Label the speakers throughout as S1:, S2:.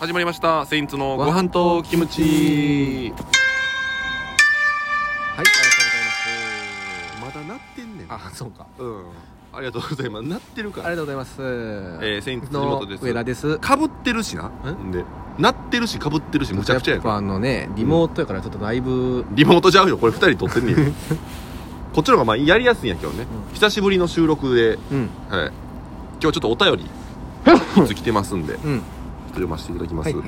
S1: 始まりましたセインツのご飯とキムチ。はい、
S2: ありがとうございます。
S1: まだ鳴ってんねん。
S2: あ、そうか。
S1: ありがとうございます。鳴ってるから
S2: ありがとうございます。
S1: セインツ辻本です。
S2: 上田です。
S1: かぶってるしな。で鳴ってるしかぶってるしむちゃくちゃやから。
S2: やっぱねリモートやからちょっとだいぶ、
S1: リモートちゃうよ。これ2人撮ってんねん。こっちの方がまあやりやすいんやけどね、久しぶりの収録で、はい、今日ちょっとお便りいつ来てますんで、読ませていただきます。はい。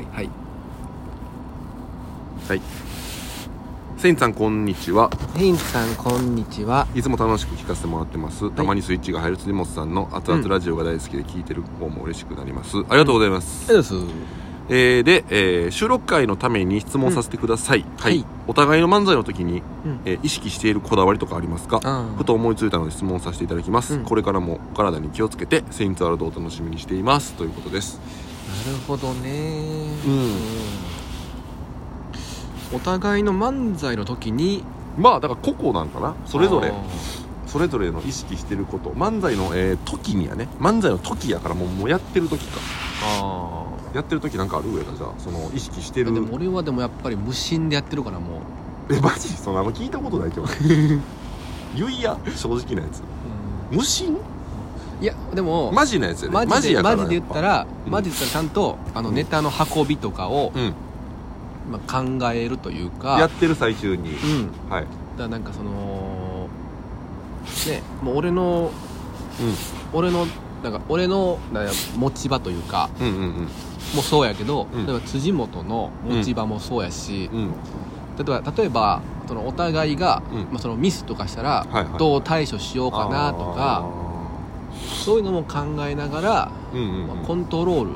S1: セインツさんこんにちは。
S2: セインツさんこんにちは。
S1: いつも楽しく聞かせてもらってます。たまにスイッチが入る辻本さんの熱々ラジオが大好きで聞いてる方も嬉しくなります。ありがとうございます。で、収録会のために質問させてください。はい。お互いの漫才の時に、意識しているこだわりとかありますか？ふと思いついたので質問させていただきます。これからもお体に気をつけてセインツワールドを楽しみにしていますということです。
S2: なるほどね。お互いの漫才の時に
S1: まあだから個々なんかな、それぞれの意識してること、漫才の、時にやね、漫才の時やからもうやってる時か。やってる時なんかある上だ。じゃあその意識してる。
S2: でも俺はでもやっぱり無心でやってるからも
S1: うマジその聞いたことないけど言いや正直なやつ、無心。い
S2: やでも
S1: マジなやつやね。
S2: マジで言ったらちゃんとネタの運びとかを、考えるというか
S1: やってる最中に、はい。
S2: だからなんかそのね、もう俺の持ち場というか、もそうやけど、例えば辻本の持ち場もそうやし、例えばそのお互いが、そのミスとかしたらどう対処しようかなとか、そういうのも考えながら、コントロー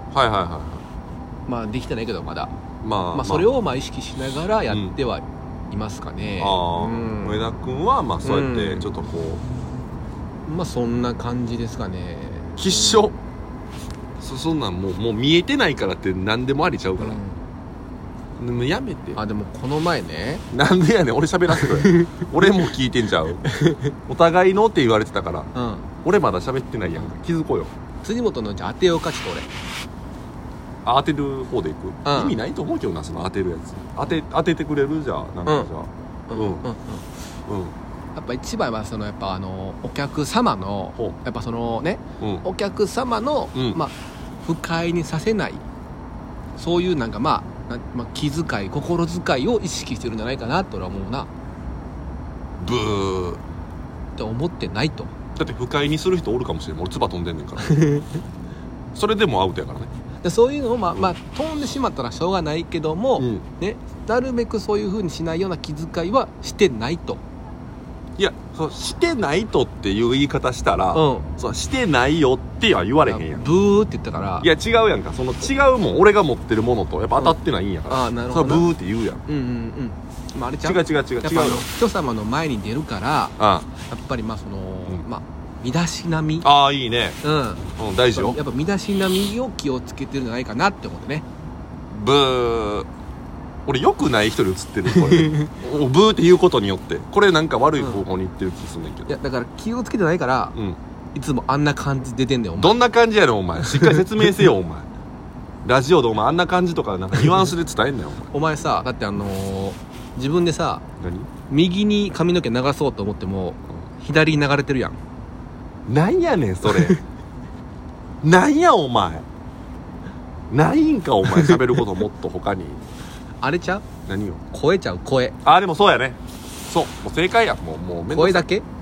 S2: ル、できてないけどまだ、それを意識しながらやってはいますかね。
S1: 上田君はそうやってちょっとこう、
S2: そんな感じですかね。
S1: 必勝、そんなんもう見えてないからって何でもありちゃうから、もうやめて。
S2: でもこの前ね、
S1: なんでやねん、俺喋らせて俺も聞いてんちゃうお互いのって言われてたから、俺まだ喋ってないやんか。気づこうよ。
S2: 辻本のじゃあ当てようか。ちょっと俺
S1: 当てる方でいく、意味ないと思うけどな、その当てるやつ。当ててくれる？じゃあなんかじゃあ
S2: やっぱ一番はそのやっぱお客様のやっぱそのね、お客様の不快にさせない、そういうなんか気遣い心遣いを意識してるんじゃないかなと俺は思うな。
S1: ブー
S2: って思ってないと。
S1: だって不快にする人おるかもしれん。俺唾飛んでんねんからそれでもアウトやからね。
S2: でそういうのを飛んでしまったらしょうがないけども、ね、なるべくそういう風にしないような気遣いはしてないと。
S1: いや、してないとっていう言い方したら、してないよっては言われへんやん。
S2: ブーって言ったから。
S1: いや違うやんか。その違うもん、俺が持ってるものとやっぱ当たってないんやから、
S2: なるほどな。
S1: それブーって言うやん。
S2: あれちゃう。
S1: 違う
S2: やっぱ人様の前に出るから、やっぱり身だしなみ。
S1: いいね。大事よ。
S2: やっぱ身だしなみを気をつけてるんじゃないかなって思ってね。
S1: ブー。俺良くない人に映ってるこれブーって言うことによってこれなんか悪い方向に行ってる気すんねんけど、
S2: いやだから気をつけてないから、いつもあんな感じ出てんねんお前。
S1: どんな感じやろお前。しっかり説明せよお前ラジオでお前あんな感じとかなんかニュアンスで伝えんねん
S2: お前さ。だって自分でさ、右に髪の毛流そうと思っても、左に流れてるやん。
S1: なんやねんそれなんやお前。ないんかお前。喋ることもっと他に
S2: あれちゃう？
S1: 何よ。
S2: 声ちゃう。声。
S1: でもそうやね。もう正解や。もう
S2: 声だけ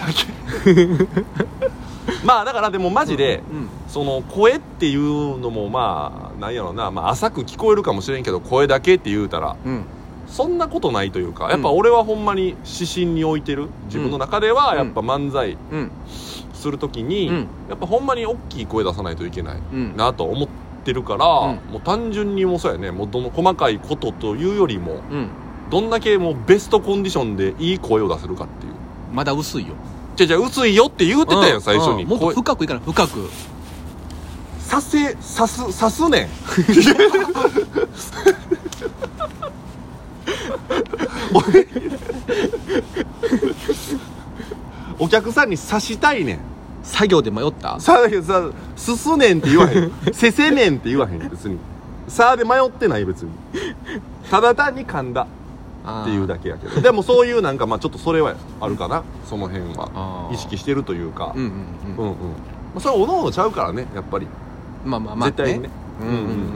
S1: だからでもマジで、その声っていうのもなんやろな、浅く聞こえるかもしれんけど、声だけって言うたら、そんなことないというか、やっぱ俺はほんまに指針に置いてる。自分の中ではやっぱ漫才するときに、やっぱほんまに大きい声出さないといけないなと思ってるから、もう単純にもうそうやね。もうどの細かいことというよりも、どんだけもうベストコンディションでいい声を出せるかっていう。
S2: まだ薄いよ。
S1: じゃあ薄いよって言うてたよ、最初に。
S2: もっと深くいかない。深く
S1: 刺すねんお客さんに刺したいねん。
S2: 作業で迷った。
S1: すすねんって言わへんせせねんって言わへん別に。 さあで迷ってない別にただ単に噛んだっていうだけやけどでもそういうなんかまあちょっとそれはあるかな、その辺は意識してるというか、うんうんうんうん、それはおのおのちゃうからねやっぱり、
S2: まあまあまあ、ね、
S1: 絶対にね、
S2: うんうんうん、なんか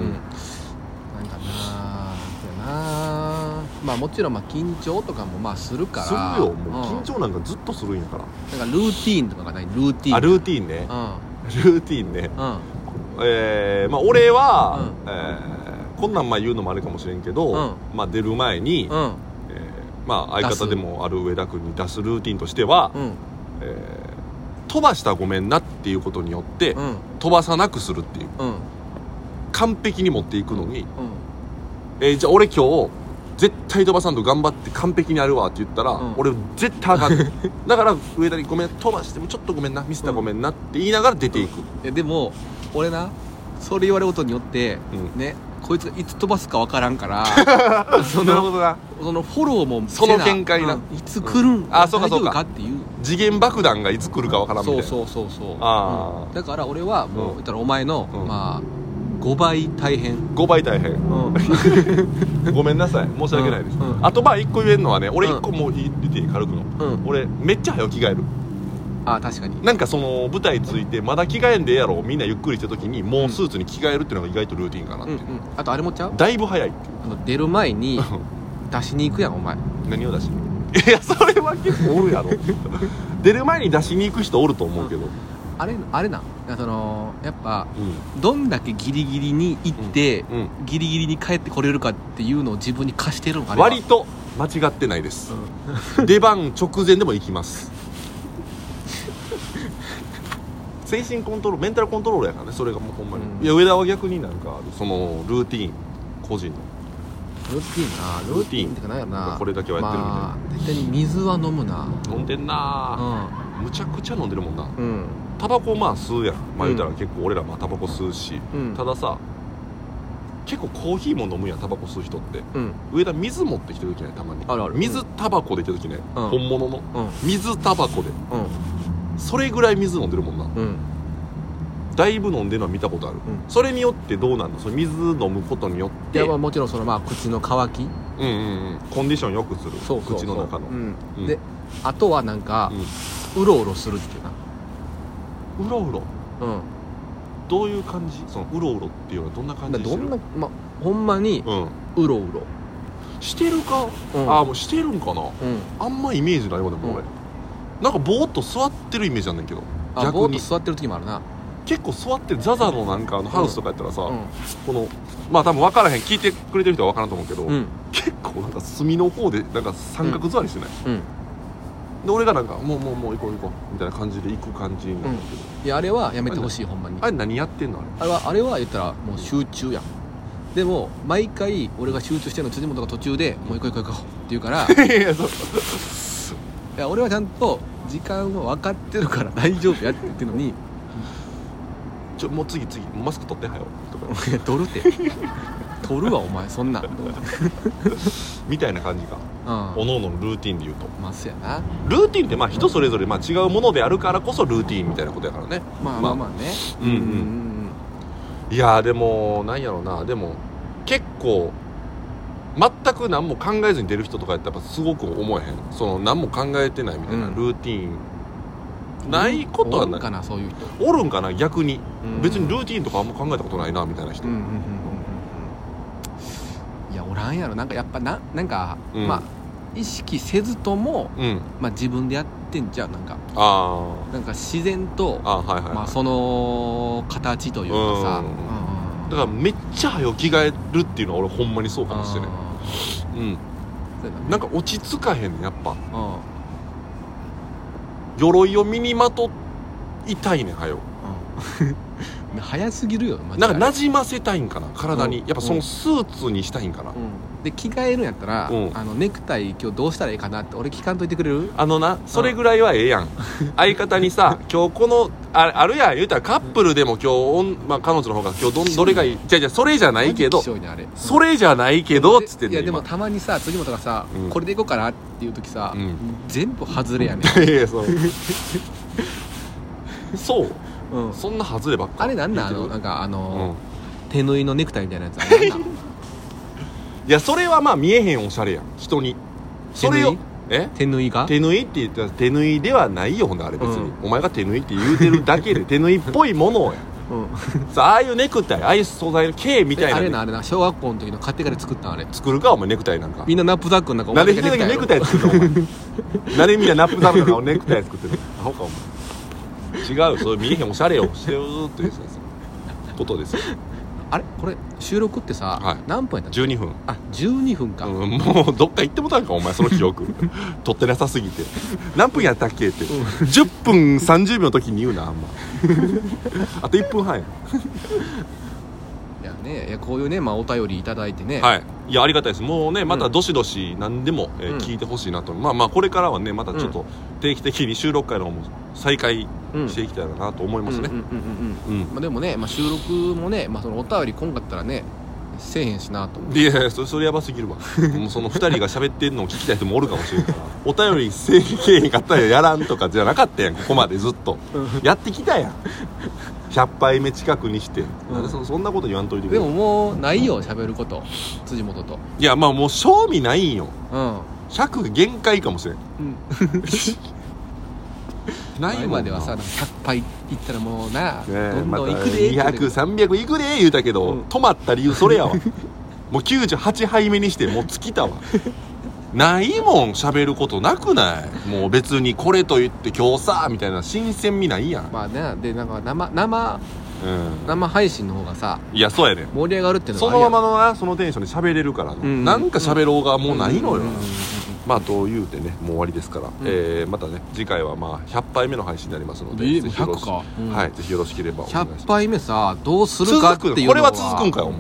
S2: なまあもちろんまあ緊張とかもまあするから
S1: するよ、もう緊張なんかずっとするんやから、
S2: なんかルーティーンとかがない、ルーティーン、
S1: あルーティーンね、ルーティーンね、まあ俺は、こんなんまあ言うのもあれかもしれんけど、まあ出る前に、まあ相方でもある上田君に出すルーティーンとしては、飛ばしたらごめんなっていうことによって、飛ばさなくするっていう、完璧に持っていくのに、じゃあ俺今日絶対飛ばさんと頑張って完璧にやるわって言ったら、俺絶対あかんだから上田にごめん飛ばしてもちょっとごめんなミスったらごめんなって言いながら出ていく、
S2: でも俺なそれ言われることによって、ねこいつがいつ飛ばすか分からんからそのフォローも
S1: その見解な、
S2: いつ来るん、
S1: あそうかそうか
S2: っていう
S1: 次元爆弾がいつ来るか分からんみたいな、
S2: そうだから俺はもう言ったらお前の、まあ5倍大変、
S1: 5倍大変、ごめんなさい申し訳ないです、あとまあ1個言えるのはね、俺1個もう言って軽くの、俺めっちゃ早く着替える、
S2: あ確かに
S1: なんかその舞台ついてまだ着替えんでええやろみんなゆっくりした時にもうスーツに着替えるっていうのが意外とルーティンかなっていう、
S2: あとあれもちゃう、
S1: だいぶ早いって
S2: 出る前に出しに行くやんお前、
S1: 何を出しに行く、いやそれは結構おるやろ出る前に出しに行く人おると思うけど、
S2: あれなそのやっぱ、どんだけギリギリに行って、ギリギリに帰ってこれるかっていうのを自分に課してるの、あれは
S1: 割と間違ってないです、出番直前でも行きます精神コントロール、メンタルコントロールやからねそれがもうほんまに、いや上田は逆になんかそのルーティーン、個人の
S2: ルーティーンな、ルーティーンってかなんやろな、
S1: これだけはやってるみたいな、
S2: まあ、絶対に水は飲むな、
S1: 飲んでんな、むちゃくちゃ飲んでるもんな、タバコまあ吸うやん、まあ言うたら結構俺らまあタバコ吸うし、たださ結構コーヒーも飲むやんタバコ吸う人って、上田水持ってきてる時ねたまに
S2: あるある、
S1: 水タバコできた時ね、本物の、水タバコで、それぐらい水飲んでるもんな、だいぶ飲んでるのは見たことある、それによってどうなんの、その水飲むことによって、
S2: いやまあもちろんそのまあ口の渇き、
S1: コンディション良くする、口の中の、
S2: であとはなんか、うろうろするっていうな、
S1: うろうろ、どういう感じ、そのうろうろっていうのはどんな感じしてる、
S2: まあほんまに、うろうろ
S1: してるか、ああもうしてるんかな、あんまイメージないわでも俺、なんかぼーっと座ってるイメージなんだけど、
S2: 逆にぼーっと座ってる時もあるな、
S1: 結構座ってる、ザザのなんかハウスとかやったらさ、このまあ多分分からへん、聞いてくれてる人は分からんと思うけど、結構なんか隅の方でなんか三角座りしてない、で俺がなんかもう行こうみたいな感じで行く感じになるけど、
S2: いやあれはやめてほしい、ほんまに
S1: あれ何やってんの、
S2: あれは言ったらもう集中やん、でも毎回俺が集中してるの辻本が途中でもう行こうって言うからいや俺はちゃんと時間は分かってるから大丈夫やって言ってるのに
S1: もう次マスク取ってはよとか
S2: 取るって取るわお前そんなん
S1: みたいな感じか、おのおののルーティンで言うと、
S2: まあそうやな、
S1: ルーティンってまあ人それぞれまあ違うものであるからこそルーティンみたいなことやからね、
S2: まあね、
S1: いやでもなんやろうな、でも結構全く何も考えずに出る人とかやったらやっぱすごく思えへん、その何も考えてないみたいな、ルーティンないことはない、
S2: おるんかなそういう人、
S1: おるんかな逆に、別にルーティンとかあんま考えたことないなみたいな人、
S2: いやおらんやろ、なんかやっぱなんか、まあ意識せずとも、まあ自分でやってんじゃん、なんか自然と、まあその形というかさ、
S1: だからめっちゃ早起き替えるっていうのは俺ほんまにそうかもしれない、なんか落ち着かへんねやっぱ、鎧を身にまといたいねん早う、
S2: 早すぎるよ、
S1: なんか馴染ませたいんかな体に、やっぱそのスーツにしたいんかな、
S2: で着替えるんやったら、ネクタイ今日どうしたらいいかなって俺聞かんといてくれる？
S1: それぐらいはええやん相方にさ今日このあるやん言うたらカップルでも今日、まあ、彼女の方が今日どれがいい、じゃそれじゃないけど、それじゃないけどっつってんねん。
S2: いやでもたまにさ杉本がさ、これでいこうかなっていう時さ、全部外れやねん
S1: いやそうそう、そんな外ればっか。
S2: あれなんなんなんか手縫いのネクタイみたいなやつあるな。
S1: いやそれはまあ見えへんおしゃれやん人に。それを
S2: 手縫いが
S1: 手縫いって言ったら手縫いではないよ。ほんであれ別に、お前が手縫いって言うてるだけで手縫いっぽいものやさああいうネクタイ、ああいう素材の毛みたいな、
S2: あれな小学校の時の買ってから作ったんあれ。
S1: 作るかお前ネクタイなんか。
S2: みんなナップザックの中
S1: なんで一人だけネクタイ作るのお前なんでみんなナップザックの中ネクタイ作ってるのアホかお前。違う、そういう見えへんおしゃれをしてるっていうことですよ。
S2: あれこれ収録ってさ、
S1: はい、
S2: 何分やったっけ。
S1: 12分。
S2: あ12分か、
S1: もうどっか行ってもたんかお前その記憶取ってなさすぎて。何分やったっけって、10分30秒の時に言うなあんまあと1分半や。
S2: いやこういうね、お便りいただいてね、
S1: はい、いやありがたいです。もうねまたどしどし何でも、聞いてほしいなと。まあこれからはねまたちょっと定期的に収録会の方も再開していきたいなと思いますね。
S2: でもね、収録もね、そのお便り来んかったらねせえへんしなと思って。
S1: いやそれやばすぎるわもうその2人が喋ってんのを聞きたい人もおるかもしれんからお便りせえへんかったらやらんとかじゃなかったやん。ここまでずっとやってきたやん100杯目近くにして、そんなこと言わんといてくれ。
S2: でももうないよ喋ること辻元と。
S1: いやもう賞味ないんよ、100限界かもしれん、ないもんな。
S2: 今ではさ100杯いったらもうな、どんどんいくで
S1: 200、300いくで言うたけど、止まった理由それやわもう98杯目にしてもう尽きたわないもん喋ることなくない。もう別にこれと言って今日さみたいな新鮮味ないやん。
S2: でなんか生配信の方がさ、
S1: いやそうやね
S2: 盛り上がるっていうの
S1: はそのままのなそのテンションで喋れるからなんか喋ろうがもうないのよ。と言うてねもう終わりですから、またね次回は100杯目の配信になりますので、ぜひよろしければお願いします。
S2: 100杯目さどうするかっていうのは
S1: これは続くんかよお前。